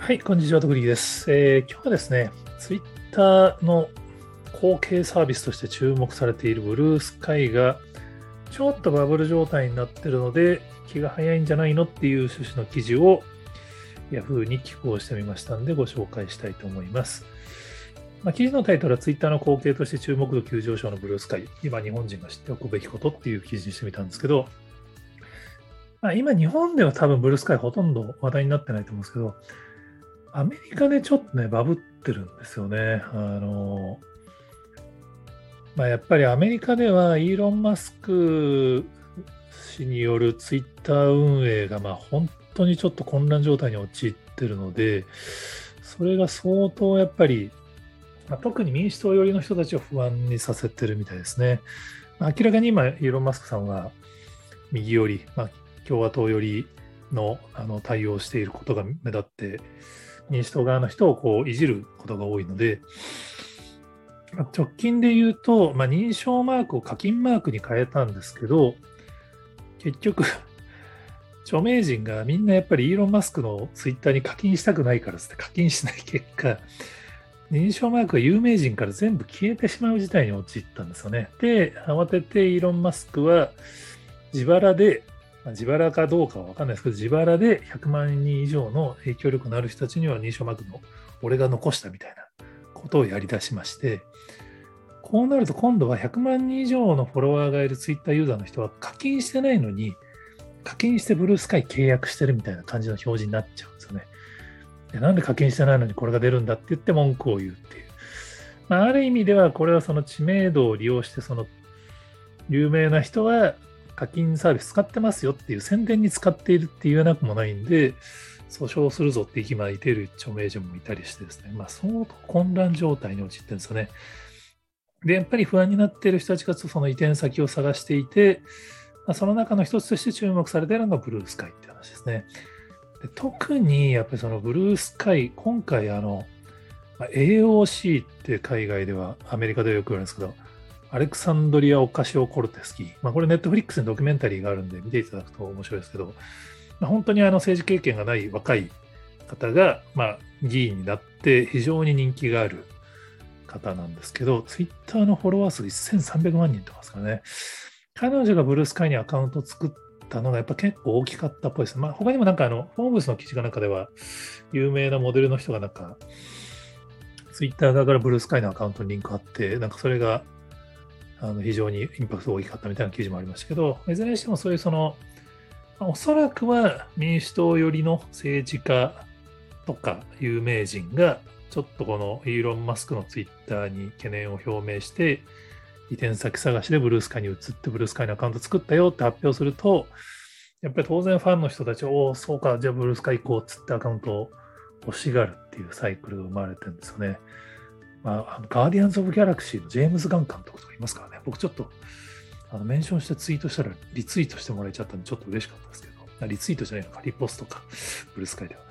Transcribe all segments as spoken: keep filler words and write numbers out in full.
はい、こんにちは、徳力です。えー今日はですね、ツイッターの後継サービスとして注目されているブルースカイがちょっとバブル状態になっているので気が早いんじゃないのっていう趣旨の記事を Yahoo に寄稿してみましたのでご紹介したいと思います。まあ、記事のタイトルはツイッターの後継として注目度急上昇のブルースカイ、今日本人が知っておくべきことっていう記事にしてみたんですけど、まあ、今日本では多分ブルースカイほとんど話題になってないと思うんですけど、アメリカでちょっとね、バブってるんですよね。あの、まあ、やっぱりアメリカではイーロン・マスク氏によるツイッター運営がまあ本当にちょっと混乱状態に陥ってるので、それが相当やっぱり、まあ、特に民主党寄りの人たちを不安にさせてるみたいですね。まあ明らかに今、イーロン・マスクさんは右寄り、まあ、共和党寄りの、あの対応をしていることが目立って、民主党側の人をこういじることが多いので、直近で言うと、まあ、認証マークを課金マークに変えたんですけど、結局、著名人がみんなやっぱりイーロン・マスクのツイッターに課金したくないからって課金しない結果、認証マークが有名人から全部消えてしまう事態に陥ったんですよね。で、慌ててイーロン・マスクは自腹で、まあ自腹かどうかは分かんないですけど、自腹でひゃくまんにん以上の影響力のある人たちには認証マークの俺が残したみたいなことをやり出しまして、こうなると今度はひゃくまんにん以上のフォロワーがいるツイッターユーザーの人は課金してないのに、課金してブルースカイ契約してるみたいな感じの表示になっちゃうんですよね。でなんで課金してないのにこれが出るんだって言って文句を言うっていう。まあ、ある意味ではこれはその知名度を利用してその有名な人は課金サービス使ってますよっていう宣伝に使っているって言えなくもないんで、訴訟するぞって息巻いている著名人もいたりしてですね、まあ相当混乱状態に陥ってるんですよね。で、やっぱり不安になっている人たちがその移転先を探していて、まあ、その中の一つとして注目されているのがブルースカイっていう話ですね。で特にやっぱりそのブルースカイ、今回あの、まあ エーオーシー って海外では、アメリカではよく言われるんですけど、アレクサンドリア・オカシオ・コルテスキー。まあ、これネットフリックスにドキュメンタリーがあるんで見ていただくと面白いですけど、まあ、本当にあの政治経験がない若い方が、まあ、議員になって非常に人気がある方なんですけど、ツイッターのフォロワー数せんさんびゃくまんにんとかですかね。彼女がブルースカイにアカウントを作ったのがやっぱ結構大きかったっぽいです。まあ、他にもなんかあの、フォーブスの記事の中では、有名なモデルの人がなんか、ツイッター側からブルースカイのアカウントにリンクあって、なんかそれがあの非常にインパクトが大きかったみたいな記事もありましたけど、いずれにしてもそういうその、おそらくは民主党寄りの政治家とか有名人がちょっとこのイーロン・マスクのツイッターに懸念を表明して移転先探しでブルースカイに移ってブルースカイのアカウント作ったよって発表すると、やっぱり当然ファンの人たちは、おお、そうか、じゃあブルースカイ行こうっつってアカウントを欲しがるっていうサイクルが生まれてるんですよね。まあ、あのガーディアンズ・オブ・ギャラクシーのジェームズ・ガン監督とかいますからね、僕ちょっとあのメンションしてツイートしたらリツイートしてもらえちゃったんでちょっと嬉しかったですけど、リツイートじゃないのか、リポストか、ブルースカイでは。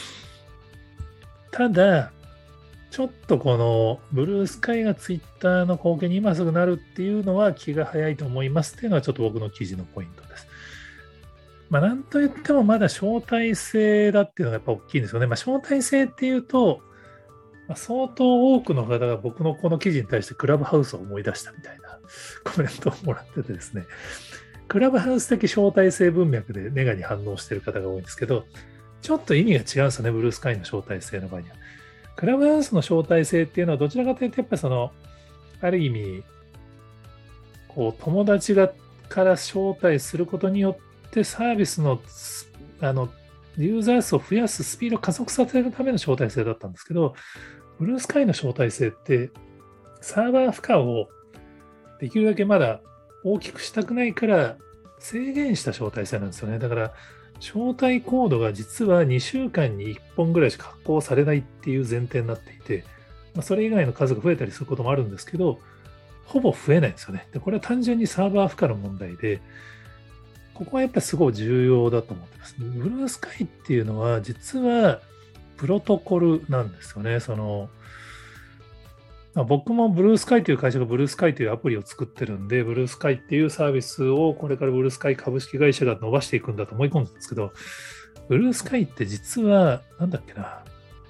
ただ、ちょっとこのブルースカイがツイッターの後継に今すぐなるっていうのは気が早いと思いますっていうのはちょっと僕の記事のポイントです。まあ、なんといってもまだ招待制だっていうのがやっぱ大きいんですよね。まあ、招待制っていうと、まあ、相当多くの方が僕のこの記事に対してクラブハウスを思い出したみたいなコメントをもらっててですね、クラブハウス的招待制文脈でネガに反応している方が多いんですけど、ちょっと意味が違うんですよね、ブルースカイの招待制の場合には。クラブハウスの招待制っていうのはどちらかというと、やっぱりその、ある意味、こう、友達がから招待することによってサービスの、あの、ユーザー数を増やすスピードを加速させるための招待制だったんですけど、ブルースカイの招待制って、サーバー負荷をできるだけまだ大きくしたくないから制限した招待制なんですよね。だから、招待コードが実はにしゅうかんにいっぽんぐらいしか発行されないっていう前提になっていて、まあ、それ以外の数が増えたりすることもあるんですけど、ほぼ増えないんですよね。で、これは単純にサーバー負荷の問題で、ここはやっぱりすごい重要だと思ってます。ブルースカイっていうのは実はプロトコルなんですよね。そのまあ僕もブルースカイという会社がブルースカイというアプリを作ってるんで、ブルースカイっていうサービスをこれからブルースカイ株式会社が伸ばしていくんだと思い込んでるんですけど、ブルースカイって実は、なんだっけな、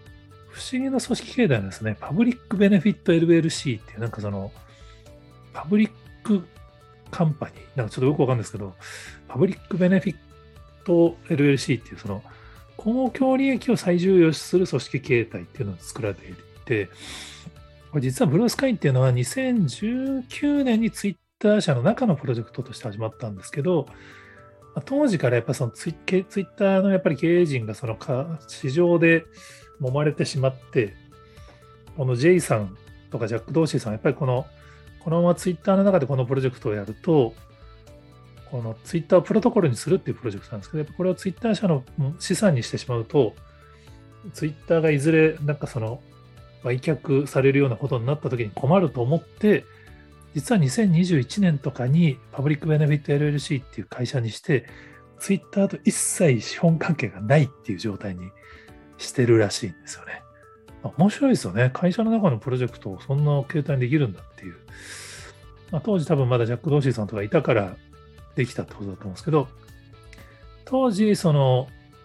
不思議な組織形態なんですね。パブリックベネフィット エルエルシー っていう、なんかその、パブリックカンパニー、なんかちょっとよくわかんないですけど、パブリックベネフィット エルエルシー っていう、その、公共利益を最重要視する組織形態っていうのを作られていて、これ実はブルースカイっていうのはにせんじゅうきゅうねんにツイッター社の中のプロジェクトとして始まったんですけど、当時からやっぱそのツイツイッターのやっぱり経営陣がそのか市場で揉まれてしまって、この J さんとかジャック・ドーシーさんはやっぱりこの、このままツイッターの中でこのプロジェクトをやると、このツイッターをプロトコルにするっていうプロジェクトなんですけど、やっぱこれをツイッター社の資産にしてしまうと、ツイッターがいずれなんかその売却されるようなことになった時に困ると思って、実はにせんにじゅういちねんとかにパブリックベネフィット エルエルシー っていう会社にして、ツイッターと一切資本関係がないっていう状態にしてるらしいんですよね。面白いですよね。会社の中のプロジェクトをそんな形態にできるんだっていう。まあ、当時多分まだジャック・ドーシーさんとかいたからできたってことだと思うんですけど、当時その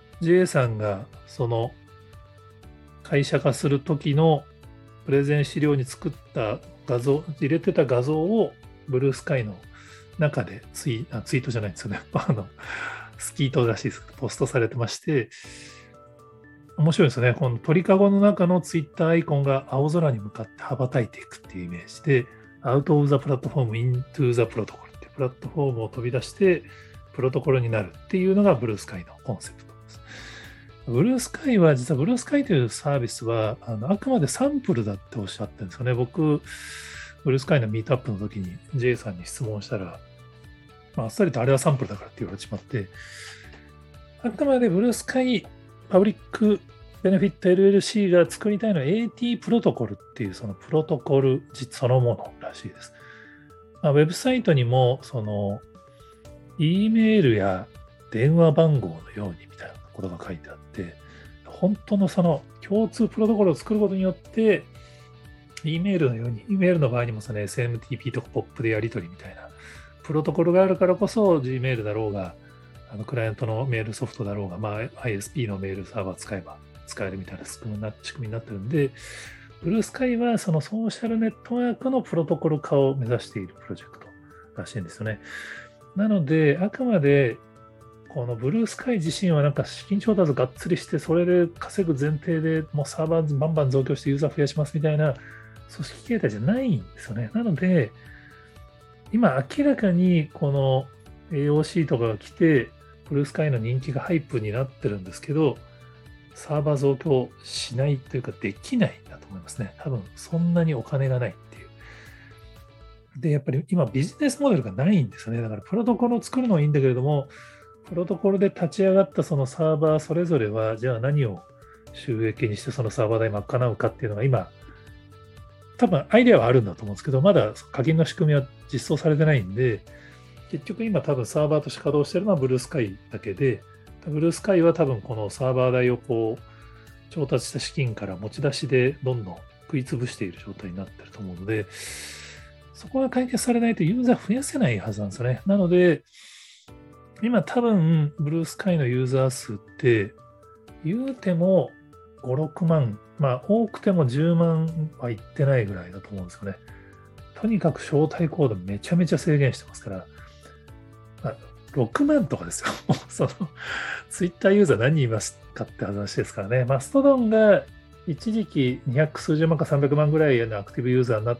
J さんがその会社化する時のプレゼン資料に作った画像、入れてた画像をブルースカイの中でツイ、あツイートじゃないんですよね。あの、スキートらしいですけど、ポストされてまして、面白いですよね。この鳥かごの中のツイッターアイコンが青空に向かって羽ばたいていくっていうイメージで、Out of the Platform into the Protocol ってプラットフォームを飛び出してプロトコルになるっていうのがブルースカイのコンセプトです。ブルースカイは、実はブルースカイというサービスは、あのあくまでサンプルだっておっしゃってるんですよね。僕、ブルースカイのミートアップの時に J さんに質問したら、まあ、あっさりとあれはサンプルだからって言われてしまって、あくまでブルースカイパブリックベネフィット エルエルシー が作りたいのは エーティー プロトコルっていうそのプロトコルそのものらしいです。まあ、ウェブサイトにも、その、E メールや電話番号のようにみたいなことが書いてあって、本当のその共通プロトコルを作ることによって、E メールのように、E メールの場合にもその エスエムティーピー とか ポップ でやり取りみたいなプロトコルがあるからこそ Gmail だろうが、あのクライアントのメールソフトだろうが、まあ、アイエスピー のメールサーバー使えば使えるみたいな仕組みになってるんで、ブルースカイはそのソーシャルネットワークのプロトコル化を目指しているプロジェクトらしいんですよね。なので、あくまでこのブルースカイ自身はなんか資金調達がっつりして、それで稼ぐ前提でもうサーバーバンバン増強してユーザー増やしますみたいな組織形態じゃないんですよね。なので、今明らかにこの エーオーシー とかが来て、ブルースカイの人気がハイプになってるんですけど、サーバー増強しないというかできないんだと思いますね。多分そんなにお金がないっていう。で、やっぱり今ビジネスモデルがないんですよね。だからプロトコルを作るのはいいんだけれども、プロトコルで立ち上がったそのサーバーそれぞれは、じゃあ何を収益にしてそのサーバー代賄うかっていうのが今、多分アイデアはあるんだと思うんですけど、まだ課金の仕組みは実装されてないんで、結局今多分サーバーとして稼働してるのはブルースカイだけで、ブルースカイは多分このサーバー代をこう調達した資金から持ち出しでどんどん食い潰している状態になってると思うので、そこが解決されないとユーザー増やせないはずなんですよね。なので、今多分ブルースカイのユーザー数って言うてもご、ろくまん、まあ多くてもじゅうまんはいってないぐらいだと思うんですよね。とにかく招待コードめちゃめちゃ制限してますから、まあ、ろくまんとかですよ。そのツイッターユーザー何人いますかって話ですからね。マストドンが一時期にひゃく数十万かさんびゃくまんぐらいのアクティブユーザーになって、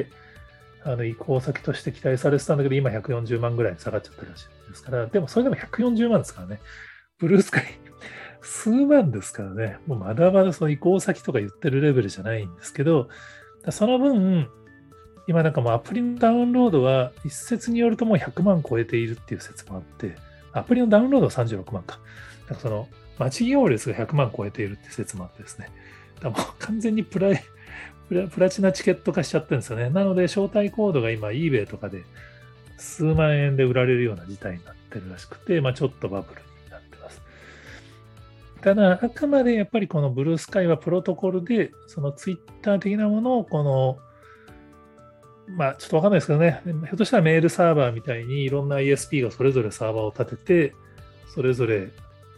あの移行先として期待されてたんだけど、今ひゃくよんじゅうまんぐらいに下がっちゃったらしいですから、でもそれでもひゃくよんじゅうまんですからね。ブルースカイ数万ですからね。もうまだまだその移行先とか言ってるレベルじゃないんですけど、その分、今なんかもうアプリのダウンロードは一説によるともうひゃくまん超えているっていう説もあって、アプリのダウンロードはさんじゅうろくまんか。だからその待ち利用率がひゃくまん超えているっていう説もあってですね。だからもう完全にプライプラ、プラチナチケット化しちゃってるんですよね。なので招待コードが今 eBay とかで数万円で売られるような事態になってるらしくて、まあ、ちょっとバブルになってます。ただ、あくまでやっぱりこのブルースカイはプロトコルで、そのツイッター的なものをこのまあ、ちょっとわかんないですけどね、ひょっとしたらメールサーバーみたいにいろんな アイエスピー がそれぞれサーバーを立てて、それぞれ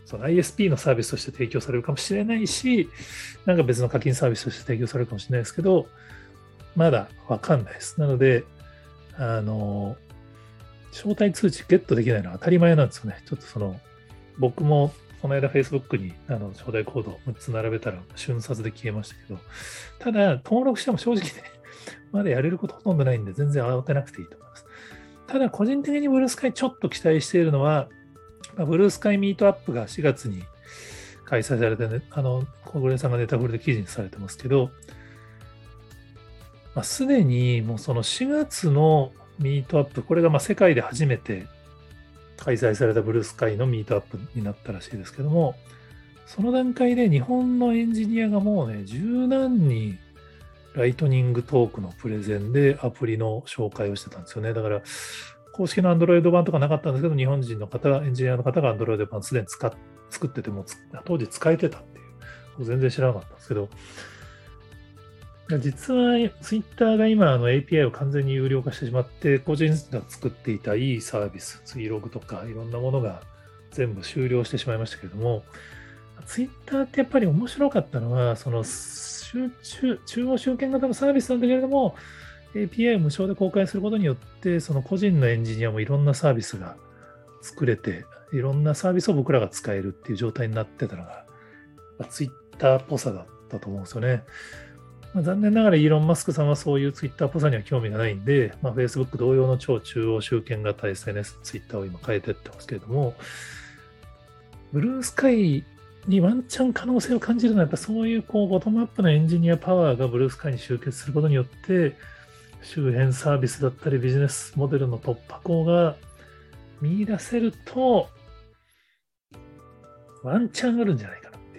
その アイエスピー のサービスとして提供されるかもしれないし、なんか別の課金サービスとして提供されるかもしれないですけど、まだわかんないです。なので、あの、招待通知ゲットできないのは当たり前なんですよね。ちょっとその、僕もこの間 Facebook にあの招待コードむっつ並べたら瞬殺で消えましたけど、ただ登録しても正直ね、まだやれることほとんどないんで全然慌てなくていいと思います。ただ個人的にブルースカイちょっと期待しているのは、ブルースカイミートアップがしがつに開催されて、ね、あの、小暮さんがネタフルで記事にされてますけど、まあ、すでにもうそのしがつのミートアップ、これがまあ世界で初めて開催されたブルースカイのミートアップになったらしいですけども、その段階で日本のエンジニアがもうね、十何人ライトニングトークのプレゼンでアプリの紹介をしてたんですよね。だから、公式の Android 版とかなかったんですけど、日本人の方、エンジニアの方が Android 版すでに使っ作ってても、当時使えてたっていう、全然知らなかったんですけど、実は Twitter が今あの エーピーアイ を完全に有料化してしまって、個人が作っていたいいサービス、ツイログとかいろんなものが全部終了してしまいましたけれども、Twitter ってやっぱり面白かったのは、その集中、中央集権型のサービスなんだけれども、エーピーアイ を無償で公開することによって、その個人のエンジニアもいろんなサービスが作れて、いろんなサービスを僕らが使えるっていう状態になってたのが、Twitter っぽさだったと思うんですよね。まあ、残念ながらイーロン・マスクさんはそういう Twitter っぽさには興味がないんで、まあ、Facebook 同様の超中央集権型 エスエヌエス、Twitter を今変えていってますけれども、ブルースカイにワンチャン可能性を感じるのは、やっぱそういうこうボトムアップのエンジニアパワーがブルースカイに集結することによって、周辺サービスだったりビジネスモデルの突破口が見出せると、ワンチャンあるんじゃないかなっていう。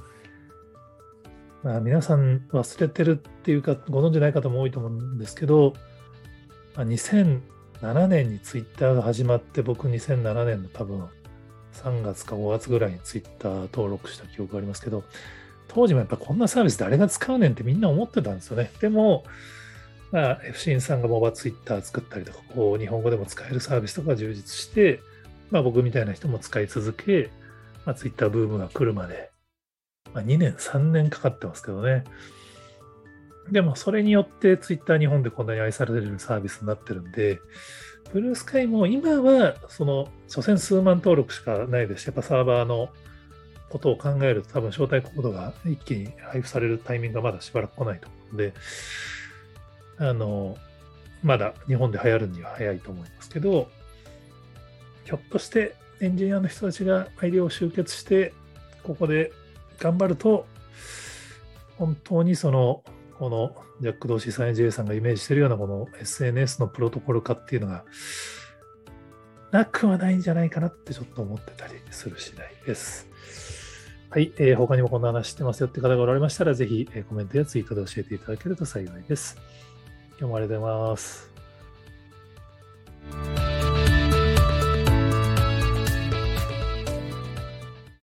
まあ、皆さん忘れてるっていうか、ご存じない方も多いと思うんですけど、まあ、にせんななねんにツイッターが始まって、僕にせんななねんの多分さんがつかごがつぐらいにツイッター登録した記憶がありますけど、当時もやっぱこんなサービス誰が使うねんってみんな思ってたんですよね。でも、まあ、エフシンさんがモバツイッター作ったりとか、こう日本語でも使えるサービスとか充実して、まあ、僕みたいな人も使い続け、まあ、ツイッターブームが来るまで、まあ、にねん、さんねんかかってますけどね。でもそれによってツイッター日本でこんなに愛されるサービスになってるんで、ブルースカイも今はその所詮数万登録しかないですし、やっぱサーバーのことを考えると多分招待コードが一気に配布されるタイミングがまだしばらく来ないと思うので、あの、まだ日本で流行るには早いと思いますけど、ひょっとしてエンジニアの人たちがアイデアを集結して、ここで頑張ると、本当にその、このジャック・ドーシーさんや ジェイ さんがイメージしているようなこの エスエヌエス のプロトコル化っていうのがなくはないんじゃないかなってちょっと思ってたりする次第です。はい、えー、他にもこんな話してますよって方がおられましたら、ぜひ、えー、コメントやツイートで教えていただけると幸いです。今日もありがとうございます。